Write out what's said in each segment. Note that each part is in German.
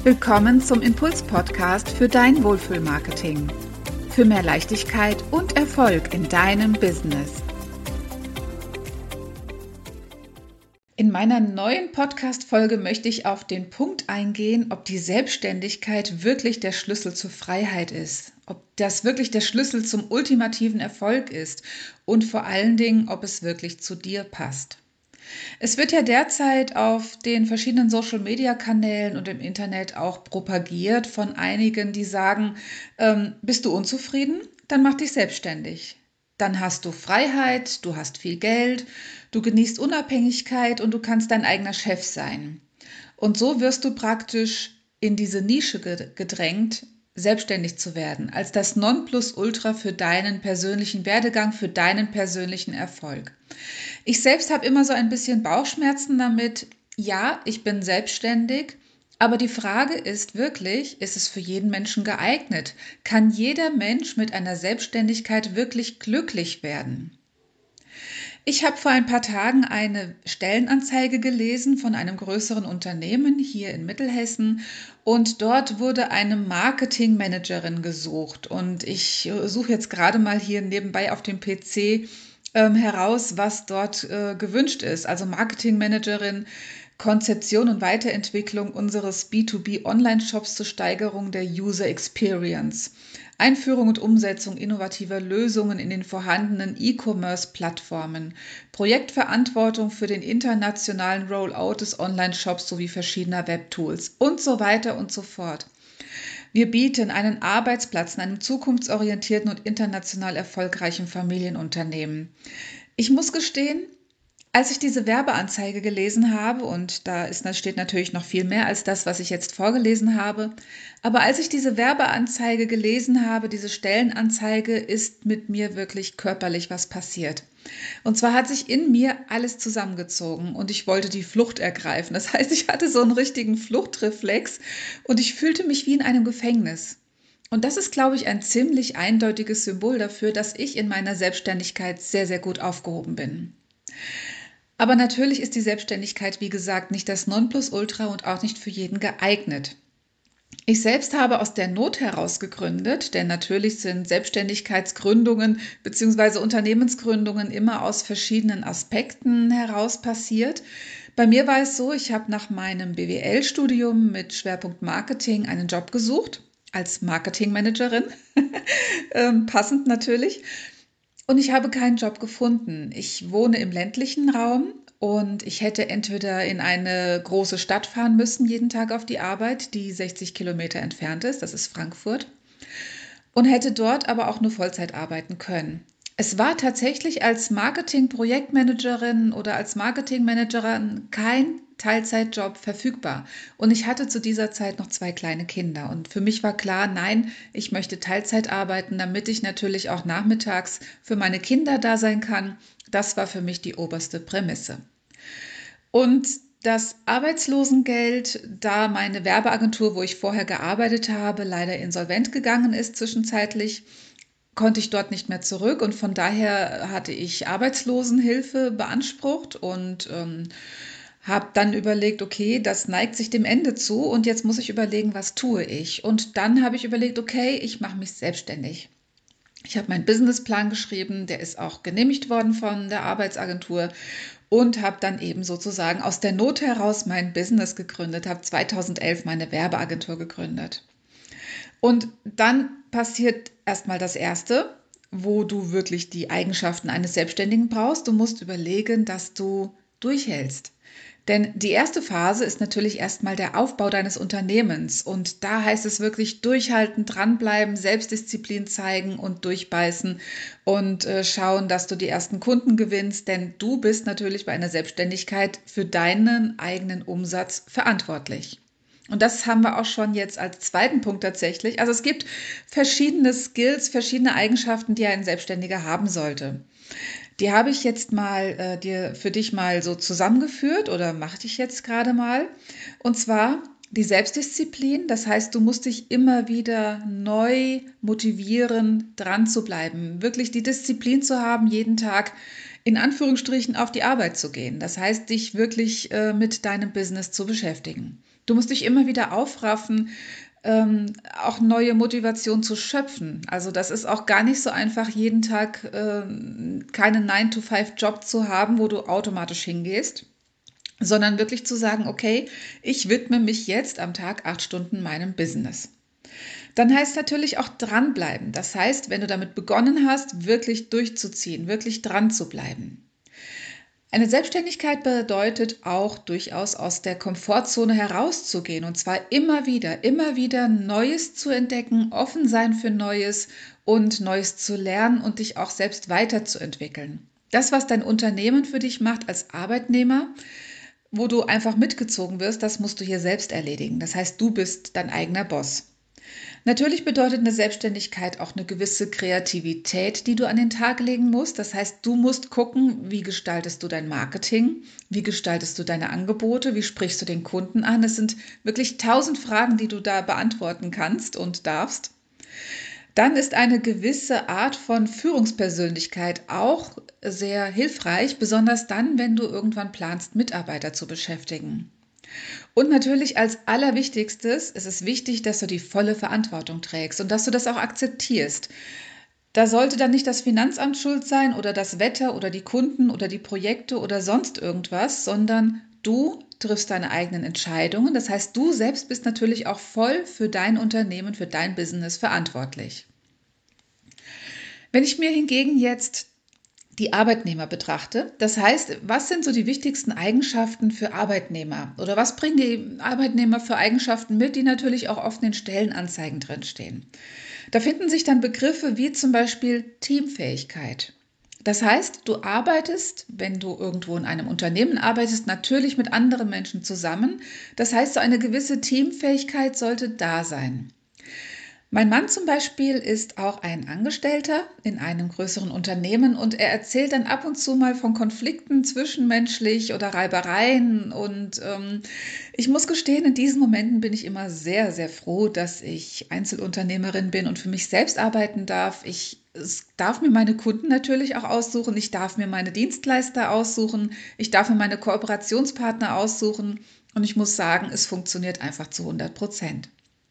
willkommen zum Impuls-Podcast für dein Wohlfühlmarketing. Für mehr Leichtigkeit und Erfolg in deinem Business. In meiner neuen Podcast-Folge möchte ich auf den Punkt eingehen, ob die Selbstständigkeit wirklich der Schlüssel zur Freiheit ist, ob das wirklich der Schlüssel zum ultimativen Erfolg ist und vor allen Dingen, ob es wirklich zu dir passt. Es wird ja derzeit auf den verschiedenen Social-Media-Kanälen und im Internet auch propagiert von einigen, die sagen, bist du unzufrieden? Dann mach dich selbstständig. Dann hast du Freiheit, du hast viel Geld, du genießt Unabhängigkeit und du kannst dein eigener Chef sein. Und so wirst du praktisch in diese Nische gedrängt, selbstständig zu werden, als das Nonplusultra für deinen persönlichen Werdegang, für deinen persönlichen Erfolg. Ich selbst habe immer so ein bisschen Bauchschmerzen damit. Ja, ich bin selbstständig, aber die Frage ist wirklich, ist es für jeden Menschen geeignet? Kann jeder Mensch mit einer Selbstständigkeit wirklich glücklich werden? Ich habe vor ein paar Tagen eine Stellenanzeige gelesen von einem größeren Unternehmen hier in Mittelhessen und dort wurde eine Marketingmanagerin gesucht und ich suche jetzt gerade mal hier nebenbei auf dem PC heraus, was dort gewünscht ist. Also Marketingmanagerin, Konzeption und Weiterentwicklung unseres B2B-Online-Shops zur Steigerung der User Experience. Einführung und Umsetzung innovativer Lösungen in den vorhandenen E-Commerce-Plattformen, Projektverantwortung für den internationalen Rollout des Online-Shops sowie verschiedener Webtools und so weiter und so fort. Wir bieten einen Arbeitsplatz in einem zukunftsorientierten und international erfolgreichen Familienunternehmen. Ich muss gestehen, als ich diese Werbeanzeige gelesen habe, und da steht natürlich noch viel mehr als das, was ich jetzt vorgelesen habe, aber als ich diese Werbeanzeige gelesen habe, diese Stellenanzeige, ist mit mir wirklich körperlich was passiert. Und zwar hat sich in mir alles zusammengezogen und ich wollte die Flucht ergreifen. Das heißt, ich hatte so einen richtigen Fluchtreflex und ich fühlte mich wie in einem Gefängnis. Und das ist, glaube ich, ein ziemlich eindeutiges Symbol dafür, dass ich in meiner Selbstständigkeit sehr, sehr gut aufgehoben bin. Aber natürlich ist die Selbstständigkeit, wie gesagt, nicht das Nonplusultra und auch nicht für jeden geeignet. Ich selbst habe aus der Not heraus gegründet, denn natürlich sind Selbstständigkeitsgründungen bzw. Unternehmensgründungen immer aus verschiedenen Aspekten heraus passiert. Bei mir war es so, ich habe nach meinem BWL-Studium mit Schwerpunkt Marketing einen Job gesucht, als Marketingmanagerin, passend natürlich. Und ich habe keinen Job gefunden. Ich wohne im ländlichen Raum und ich hätte entweder in eine große Stadt fahren müssen, jeden Tag auf die Arbeit, die 60 Kilometer entfernt ist, das ist Frankfurt, und hätte dort aber auch nur Vollzeit arbeiten können. Es war tatsächlich als Marketing-Projektmanagerin oder als Marketingmanagerin kein Teilzeitjob verfügbar. Und ich hatte zu dieser Zeit noch 2 kleine Kinder. Und für mich war klar, nein, ich möchte Teilzeit arbeiten, damit ich natürlich auch nachmittags für meine Kinder da sein kann. Das war für mich die oberste Prämisse. Und das Arbeitslosengeld, da meine Werbeagentur, wo ich vorher gearbeitet habe, leider insolvent gegangen ist zwischenzeitlich, konnte ich dort nicht mehr zurück und von daher hatte ich Arbeitslosenhilfe beansprucht und habe dann überlegt, okay, das neigt sich dem Ende zu und jetzt muss ich überlegen, was tue ich? Und dann habe ich überlegt, okay, ich mache mich selbstständig. Ich habe meinen Businessplan geschrieben, der ist auch genehmigt worden von der Arbeitsagentur und habe dann eben sozusagen aus der Not heraus mein Business gegründet, habe 2011 meine Werbeagentur gegründet. Und dann passiert erstmal das Erste, wo du wirklich die Eigenschaften eines Selbstständigen brauchst. Du musst überlegen, dass du durchhältst. Denn die erste Phase ist natürlich erstmal der Aufbau deines Unternehmens. Und da heißt es wirklich durchhalten, dranbleiben, Selbstdisziplin zeigen und durchbeißen und schauen, dass du die ersten Kunden gewinnst. Denn du bist natürlich bei einer Selbstständigkeit für deinen eigenen Umsatz verantwortlich. Und das haben wir auch schon jetzt als zweiten Punkt tatsächlich. Also es gibt verschiedene Skills, verschiedene Eigenschaften, die ein Selbstständiger haben sollte. Die habe ich jetzt mal dir für dich mal so zusammengeführt oder mache ich jetzt gerade mal. Und zwar die Selbstdisziplin. Das heißt, du musst dich immer wieder neu motivieren, dran zu bleiben. Wirklich die Disziplin zu haben, jeden Tag in Anführungsstrichen auf die Arbeit zu gehen. Das heißt, dich wirklich mit deinem Business zu beschäftigen. Du musst dich immer wieder aufraffen, auch neue Motivation zu schöpfen. Also das ist auch gar nicht so einfach, jeden Tag keinen 9-to-5-Job zu haben, wo du automatisch hingehst, sondern wirklich zu sagen, okay, ich widme mich jetzt am Tag 8 Stunden meinem Business. Dann heißt natürlich auch dranbleiben. Das heißt, wenn du damit begonnen hast, wirklich durchzuziehen, wirklich dran zu bleiben. Eine Selbstständigkeit bedeutet auch durchaus aus der Komfortzone herauszugehen und zwar immer wieder Neues zu entdecken, offen sein für Neues und Neues zu lernen und dich auch selbst weiterzuentwickeln. Das, was dein Unternehmen für dich macht als Arbeitnehmer, wo du einfach mitgezogen wirst, das musst du hier selbst erledigen. Das heißt, du bist dein eigener Boss. Natürlich bedeutet eine Selbstständigkeit auch eine gewisse Kreativität, die du an den Tag legen musst. Das heißt, du musst gucken, wie gestaltest du dein Marketing, wie gestaltest du deine Angebote, wie sprichst du den Kunden an. Es sind wirklich 1000 Fragen, die du da beantworten kannst und darfst. Dann ist eine gewisse Art von Führungspersönlichkeit auch sehr hilfreich, besonders dann, wenn du irgendwann planst, Mitarbeiter zu beschäftigen. Und natürlich als Allerwichtigstes ist es wichtig, dass du die volle Verantwortung trägst und dass du das auch akzeptierst. Da sollte dann nicht das Finanzamt schuld sein oder das Wetter oder die Kunden oder die Projekte oder sonst irgendwas, sondern du triffst deine eigenen Entscheidungen. Das heißt, du selbst bist natürlich auch voll für dein Unternehmen, für dein Business verantwortlich. Wenn ich mir hingegen jetzt die Arbeitnehmer betrachte. Das heißt, was sind so die wichtigsten Eigenschaften für Arbeitnehmer? Oder was bringen die Arbeitnehmer für Eigenschaften mit, die natürlich auch oft in den Stellenanzeigen drinstehen? Da finden sich dann Begriffe wie zum Beispiel Teamfähigkeit. Das heißt, du arbeitest, wenn du irgendwo in einem Unternehmen arbeitest, natürlich mit anderen Menschen zusammen. Das heißt, so eine gewisse Teamfähigkeit sollte da sein. Mein Mann zum Beispiel ist auch ein Angestellter in einem größeren Unternehmen und er erzählt dann ab und zu mal von Konflikten zwischenmenschlich oder Reibereien. Und ich muss gestehen, in diesen Momenten bin ich immer sehr froh, dass ich Einzelunternehmerin bin und für mich selbst arbeiten darf. Ich darf mir meine Kunden natürlich auch aussuchen, ich darf mir meine Dienstleister aussuchen, ich darf mir meine Kooperationspartner aussuchen und ich muss sagen, es funktioniert einfach zu 100%.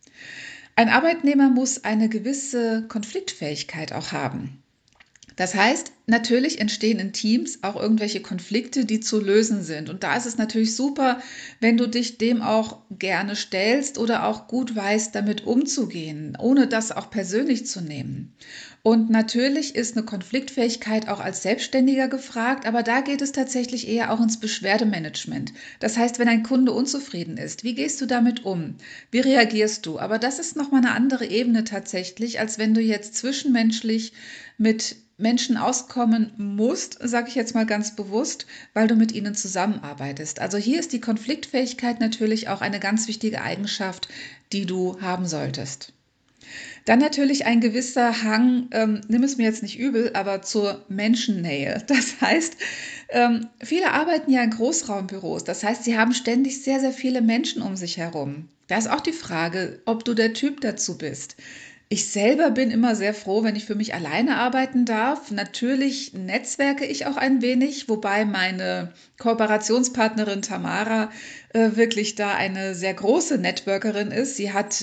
Ein Arbeitnehmer muss eine gewisse Konfliktfähigkeit auch haben. Das heißt, natürlich entstehen in Teams auch irgendwelche Konflikte, die zu lösen sind. Und da ist es natürlich super, wenn du dich dem auch gerne stellst oder auch gut weißt, damit umzugehen, ohne das auch persönlich zu nehmen. Und natürlich ist eine Konfliktfähigkeit auch als Selbstständiger gefragt, aber da geht es tatsächlich eher auch ins Beschwerdemanagement. Das heißt, wenn ein Kunde unzufrieden ist, wie gehst du damit um? Wie reagierst du? Aber das ist nochmal eine andere Ebene tatsächlich, als wenn du jetzt zwischenmenschlich mit Menschen auskommen musst, sage ich jetzt mal ganz bewusst, weil du mit ihnen zusammenarbeitest. Also hier ist die Konfliktfähigkeit natürlich auch eine ganz wichtige Eigenschaft, die du haben solltest. Dann natürlich ein gewisser Hang, nimm es mir jetzt nicht übel, aber zur Menschennähe. Das heißt, viele arbeiten ja in Großraumbüros. Das heißt, sie haben ständig sehr viele Menschen um sich herum. Da ist auch die Frage, ob du der Typ dazu bist. Ich selber bin immer sehr froh, wenn ich für mich alleine arbeiten darf. Natürlich netzwerke ich auch ein wenig, wobei meine Kooperationspartnerin Tamara wirklich da eine sehr große Networkerin ist.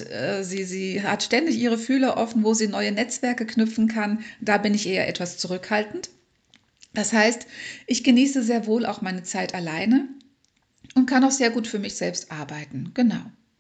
Sie hat ständig ihre Fühler offen, wo sie neue Netzwerke knüpfen kann. Da bin ich eher etwas zurückhaltend. Das heißt, ich genieße sehr wohl auch meine Zeit alleine und kann auch sehr gut für mich selbst arbeiten. Genau.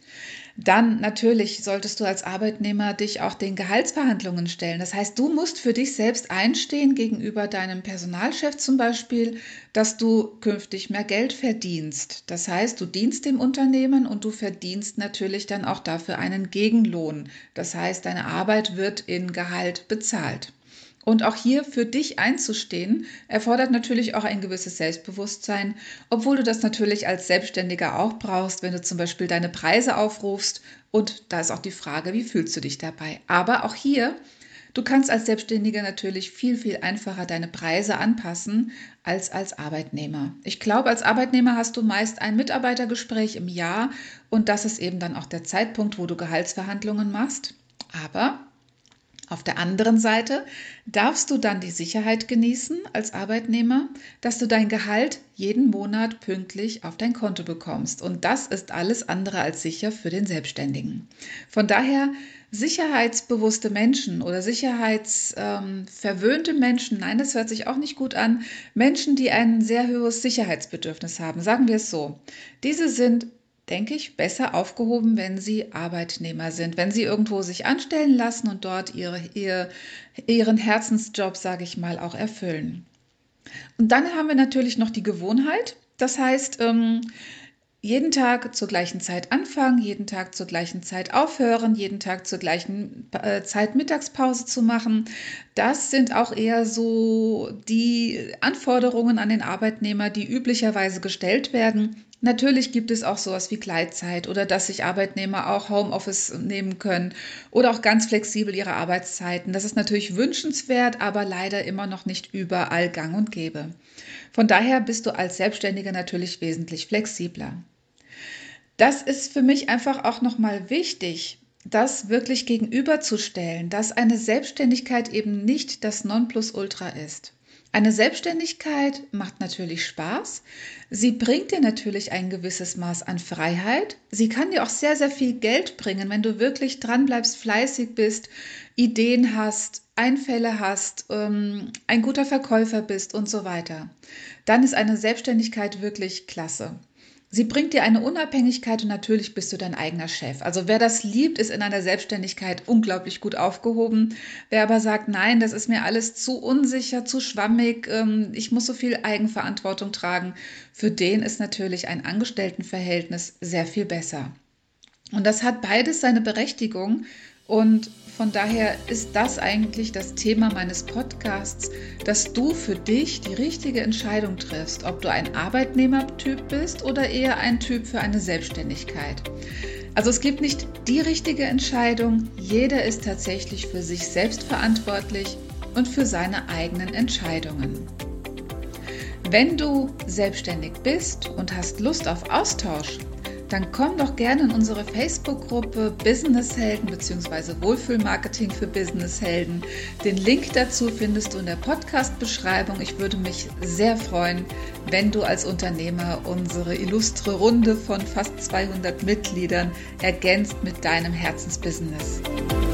Dann natürlich solltest du als Arbeitnehmer dich auch den Gehaltsverhandlungen stellen. Das heißt, du musst für dich selbst einstehen gegenüber deinem Personalchef zum Beispiel, dass du künftig mehr Geld verdienst. Das heißt, du dienst dem Unternehmen und du verdienst natürlich dann auch dafür einen Gegenlohn. Das heißt, deine Arbeit wird in Gehalt bezahlt. Und auch hier für dich einzustehen, erfordert natürlich auch ein gewisses Selbstbewusstsein, obwohl du das natürlich als Selbstständiger auch brauchst, wenn du zum Beispiel deine Preise aufrufst. Und da ist auch die Frage, wie fühlst du dich dabei? Aber auch hier, du kannst als Selbstständiger natürlich viel einfacher deine Preise anpassen als Arbeitnehmer. Ich glaube, als Arbeitnehmer hast du meist ein Mitarbeitergespräch im Jahr und das ist eben dann auch der Zeitpunkt, wo du Gehaltsverhandlungen machst. Aber Auf der anderen Seite darfst du dann die Sicherheit genießen als Arbeitnehmer, dass du dein Gehalt jeden Monat pünktlich auf dein Konto bekommst. Und das ist alles andere als sicher für den Selbstständigen. Von daher sicherheitsbewusste Menschen oder sicherheitsverwöhnte Menschen, nein, das hört sich auch nicht gut an, Menschen, die ein sehr hohes Sicherheitsbedürfnis haben, sagen wir es so. Diese sind, denke ich, besser aufgehoben, wenn sie Arbeitnehmer sind, wenn sie irgendwo sich anstellen lassen und dort ihren Herzensjob, sage ich mal, auch erfüllen. Und dann haben wir natürlich noch die Gewohnheit. Das heißt, jeden Tag zur gleichen Zeit anfangen, jeden Tag zur gleichen Zeit aufhören, jeden Tag zur gleichen Zeit Mittagspause zu machen. Das sind auch eher so die Anforderungen an den Arbeitnehmer, die üblicherweise gestellt werden. Natürlich gibt es auch sowas wie Gleitzeit oder dass sich Arbeitnehmer auch Homeoffice nehmen können oder auch ganz flexibel ihre Arbeitszeiten. Das ist natürlich wünschenswert, aber leider immer noch nicht überall gang und gäbe. Von daher bist du als Selbstständiger natürlich wesentlich flexibler. Das ist für mich einfach auch nochmal wichtig, das wirklich gegenüberzustellen, dass eine Selbstständigkeit eben nicht das Nonplusultra ist. Eine Selbstständigkeit macht natürlich Spaß. Sie bringt dir natürlich ein gewisses Maß an Freiheit. Sie kann dir auch sehr, sehr viel Geld bringen, wenn du wirklich dranbleibst, fleißig bist, Ideen hast, Einfälle hast, ein guter Verkäufer bist und so weiter. Dann ist eine Selbstständigkeit wirklich klasse. Sie bringt dir eine Unabhängigkeit und natürlich bist du dein eigener Chef. Also wer das liebt, ist in einer Selbstständigkeit unglaublich gut aufgehoben. Wer aber sagt, nein, das ist mir alles zu unsicher, zu schwammig, ich muss so viel Eigenverantwortung tragen, für den ist natürlich ein Angestelltenverhältnis sehr viel besser. Und das hat beides seine Berechtigung und von daher ist das eigentlich das Thema meines Podcasts, dass du für dich die richtige Entscheidung triffst, ob du ein Arbeitnehmertyp bist oder eher ein Typ für eine Selbstständigkeit. Also es gibt nicht die richtige Entscheidung, jeder ist tatsächlich für sich selbst verantwortlich und für seine eigenen Entscheidungen. Wenn du selbstständig bist und hast Lust auf Austausch, dann komm doch gerne in unsere Facebook-Gruppe Businesshelden bzw. Wohlfühlmarketing für Businesshelden. Den Link dazu findest du in der Podcast-Beschreibung. Ich würde mich sehr freuen, wenn du als Unternehmer unsere illustre Runde von fast 200 Mitgliedern ergänzt mit deinem Herzensbusiness.